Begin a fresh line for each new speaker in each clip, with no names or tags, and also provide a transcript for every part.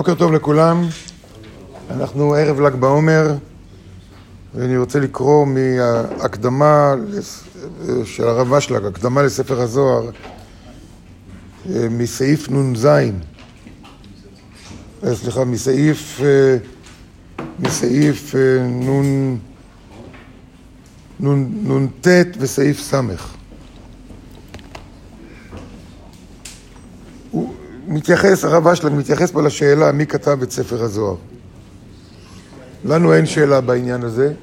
בוקר טוב לכולם. אנחנו ערב ל"ג בעומר, ואני רוצה לקרוא מההקדמה של הרב אשלג, הקדמה לספר הזוהר, מסעיף נ"ז. סליחה, מסעיף נ"ט וסעיף סמך. הרב אשלג מתייחס פה לשאלה מי כתב את ספר הזוהר. לנו אין שאלה בעניין הזה,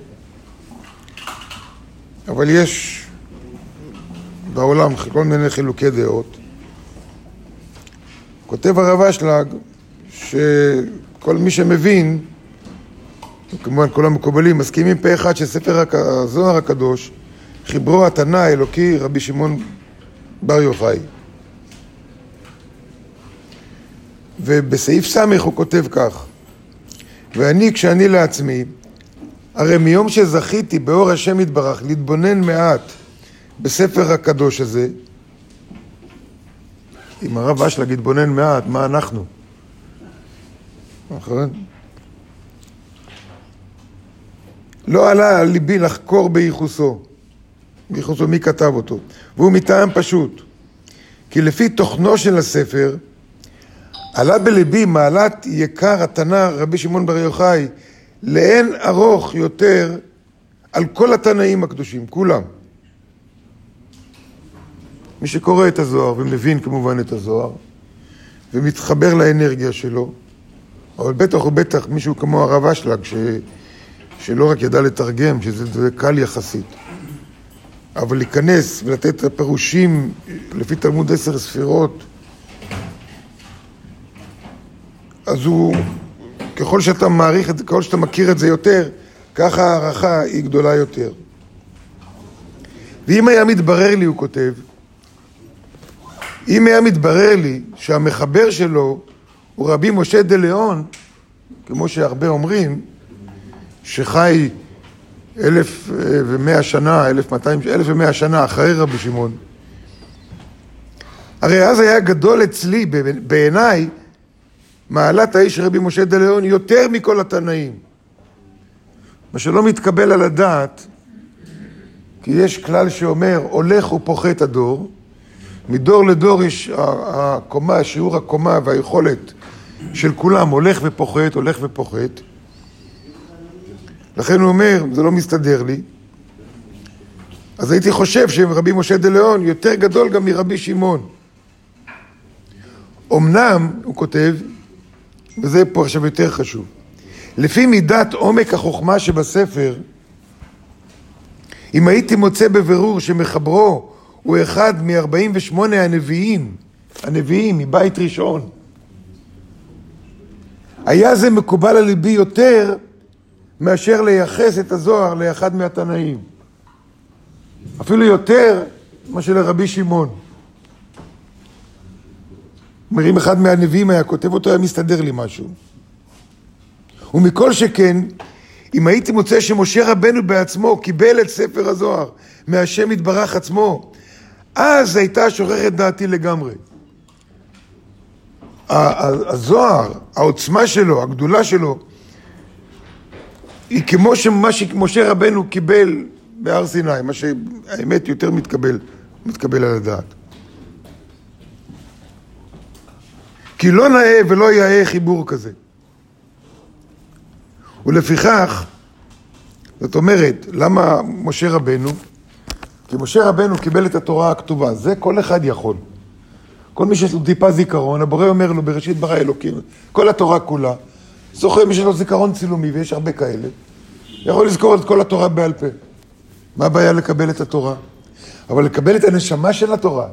אבל יש בעולם כל מיני חילוקי דעות. כותב הרב אשלג שכל מי שמבין, כמובן כל המקובלים, מסכימים פה אחד שספר הזוהר הקדוש חיברו התנא האלוקי רבי שמעון בר יוחאי. ובסעיף סמך הוא כותב כך: ואני כשאני לעצמי, הרי מיום שזכיתי באור השם יתברך להתבונן מעט בספר הקדוש הזה, אם הרב אשלג יתבונן מעט, מה אנחנו? נכון? לא עלה על ליבי לחקור בייחוסו מי כתב אותו, והוא מטעם פשוט, כי לפי תוכנו של הספר עלה בלבי מעלת יקר התנא רבי שמעון בר יוחאי לאין ארוך יותר על כל התנאים הקדושים, כולם. מי שקורא את הזוהר ומבין כמובן את הזוהר ומתחבר לאנרגיה שלו, אבל בטח ובטח מישהו כמו הרב אשלג שלא רק ידע לתרגם, שזה קל יחסית, אבל להיכנס ולתת את הפירושים לפי תלמוד 10 ספירות, אז הוא, ככל שאתה מעריך את זה, ככל שאתה מכיר את זה יותר, ככה הערכה היא גדולה יותר. ואם היה מתברר לי, הוא כותב, אם היה מתברר לי שהמחבר שלו הוא רבי משה דה ליאון, כמו שהרבה אומרים, שחי 1100 שנה, 1200 שנה אחרי רבי שמעון, הרי אז היה גדול אצלי, בעיניי, מעלת האיש רבי משה דה ליאון יותר מכל התנאים. מה שלא מתקבל על הדעת, כי יש כלל שאומר, הולך ופוחת הדור, מדור לדור יש הקומה, שיעור הקומה והיכולת של כולם הולך ופוחת. לכן הוא אומר, זה לא מסתדר לי. אז הייתי חושב שרבי משה דה ליאון יותר גדול גם מרבי שמעון. אמנם, הוא כותב, וזה פה עכשיו יותר חשוב, לפי מידת עומק החוכמה שבספר, אם הייתי מוצא בבירור שמחברו הוא אחד מ-48 הנביאים מבית ראשון, היה זה מקובל על ליבי יותר מאשר לייחס את הזוהר לאחד מהתנאים, אפילו יותר מאשר לרבי שמעון. אומרים, אחד מהנביאים היה כותב אותו, היה מסתדר לי משהו. ומכל שכן, אם הייתי מוצא שמשה רבנו בעצמו קיבל את ספר הזוהר מהשם יתברך עצמו, אז הייתה שוכחת דעתי לגמרי. הזוהר, העוצמה שלו, הגדולה שלו, היא כמו מה שמשה רבנו קיבל בהר סיני, מה שהאמת יותר מתקבל על הדעת. כי לא נאה ולא יאה חיבור כזה. ולפיכך, זאת אומרת, למה משה רבנו? כי משה רבנו קיבל את התורה הכתובה, זה כל אחד יכול. כל מי שיש לו טיפה זיכרון, הבורא אומר לו בראשית ברא אלוקים, כל התורה כולה, זוכר מי שיש לו זיכרון צילומי, ויש הרבה כאלה, יכול לזכור את כל התורה בעל פה. מה הבעיה לקבל את התורה? אבל לקבל את הנשמה של התורה.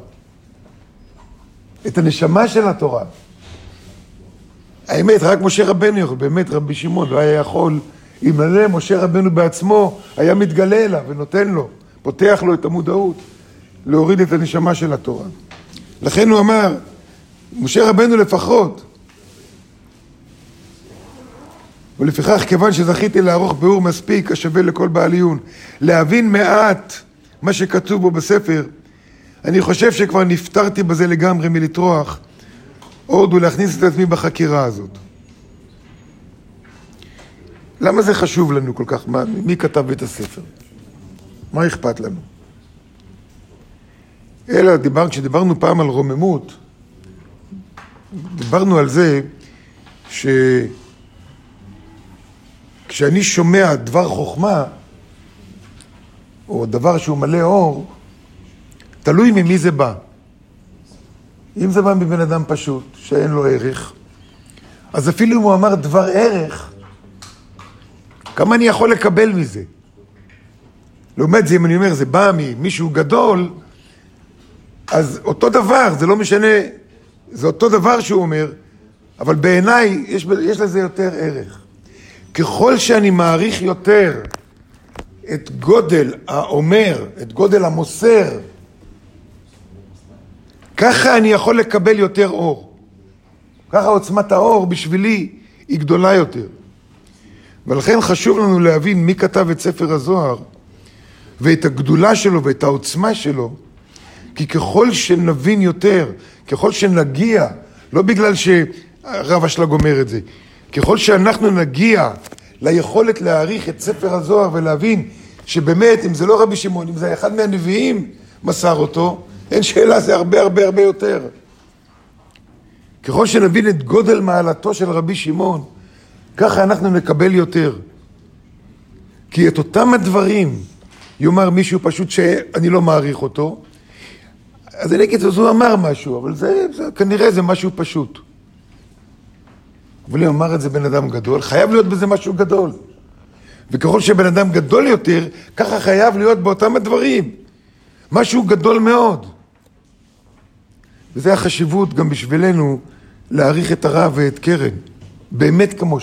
את הנשמה של התורה. האמת, רק משה רבנו יכול, באמת רבי שמעון לא היה יכול, אם עלה משה רבנו בעצמו, היה מתגלה אליו ונותן לו, פותח לו את המודעות, להוריד את הנשמה של התורה. לכן הוא אמר, משה רבנו לפחות, ולפיכך כיוון שזכיתי לערוך ביאור מספיק השווה לכל בעל עיון, להבין מעט מה שכתוב בו בספר, אני חושב שכבר נפטרתי בזה לגמרי מלטרוח, עוד ולהכניס את עצמי בחקירה הזאת. למה זה חשוב לנו כל כך? מי כתב את הספר? מה אכפת לנו? אלא כשדיברנו פעם על רוממות, דיברנו על זה כשאני שומע דבר חוכמה, או דבר שהוא מלא אור, תלוי ממי זה בא. אם זה בא מבן אדם פשוט, שאין לו ערך, אז אפילו אם הוא אמר דבר ערך, כמה אני יכול לקבל מזה? לעומת זה, אם אני אומר, זה בא ממישהו גדול, אז אותו דבר, זה לא משנה, זה אותו דבר שהוא אומר, אבל בעיניי יש לזה יותר ערך. ככל שאני מעריך יותר את גודל האומר, את גודל המוסר, ככה אני יכול לקבל יותר אור. ככה עוצמת האור בשבילי היא גדולה יותר. ולכן חשוב לנו להבין מי כתב את ספר הזוהר, ואת הגדולה שלו ואת העוצמה שלו, כי ככל שנבין יותר, ככל שנגיע, לא בגלל שרב אשלג אומר את זה, ככל שאנחנו נגיע ליכולת להעריך את ספר הזוהר ולהבין שבאמת, אם זה לא רבי שמעון, אם זה אחד מהנביאים מסר אותו, אין שאלה, זה הרבה הרבה הרבה יותר. ככל שנבין את גודל מעלתו של רבי שמעון, ככה אנחנו נקבל יותר. כי את אותם הדברים יאמר מישהו פשוט שאני לא מעריך אותו, אז אני אגיד, אז הוא אמר משהו, אבל כנראה זה משהו פשוט. אבל אם אמר את זה בן אדם גדול, חייב להיות בזה משהו גדול. וככל שבן אדם גדול יותר, ככה חייב להיות באותם הדברים. משהו גדול מאוד. וזה החשיבות גם בשבילנו להעריך את הרב ואת קרן. באמת כמו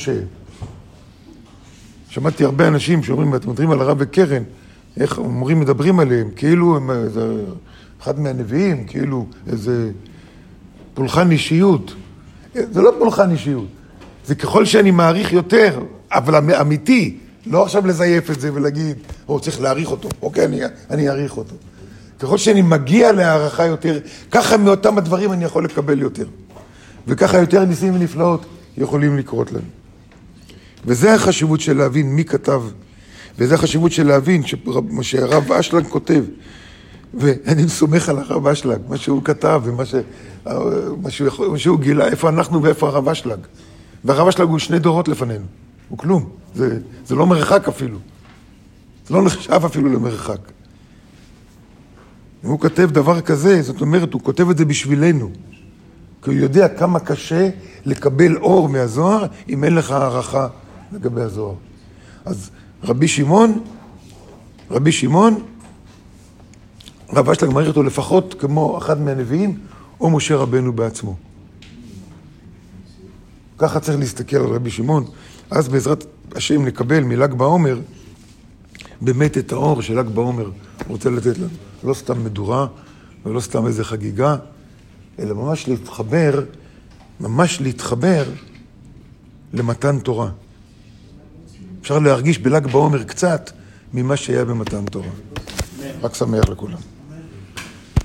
שמעתי הרבה אנשים שאומרים, אתם מדברים על הרב וקרן, איך אומרים, מדברים עליהם, כאילו הם אחד מהנביאים, כאילו איזה פולחן אישיות. זה לא פולחן אישיות. זה ככל שאני מעריך יותר, אבל אמיתי, לא עכשיו לזייף את זה ולהגיד, צריך להעריך אותו. אוקיי, אני אעריך אותו. ככל שאני מגיע להערכה יותר, ככה מאותם הדברים אני יכול לקבל יותר. וככה יותר ניסים ונפלאות יכולים לקרות לנו. וזה החשיבות של להבין מי כתב, וזה החשיבות של להבין שהרב אשלג כותב, ואני סומך על הרב אשלג, מה שהוא כתב ומה שהוא גילה, איפה אנחנו ואיפה הרב אשלג. והרב אשלג הוא 2 דורות לפנינו, הוא כלום, זה לא מרחק אפילו, זה לא נחשב אפילו למרחק. אם הוא כותב דבר כזה, זאת אומרת, הוא כותב את זה בשבילנו, כי הוא יודע כמה קשה לקבל אור מהזוהר, אם אין לך הערכה לגבי הזוהר. אז רבי שמעון, רב אשלג מעריך אותו לפחות כמו אחד מהנביאים, או משה רבנו בעצמו. ככה צריך להסתכל על רבי שמעון, אז בעזרת השם נקבל מל"ג בעומר, באמת את האור של ל"ג בעומר הוא רוצה לתת לנו. לא סתם מדורה, ולא סתם איזה חגיגה, אלא ממש להתחבר למתן תורה. אפשר להרגיש בל"ג בעומר קצת ממה שהיה במתן תורה. רק שמח לכולם.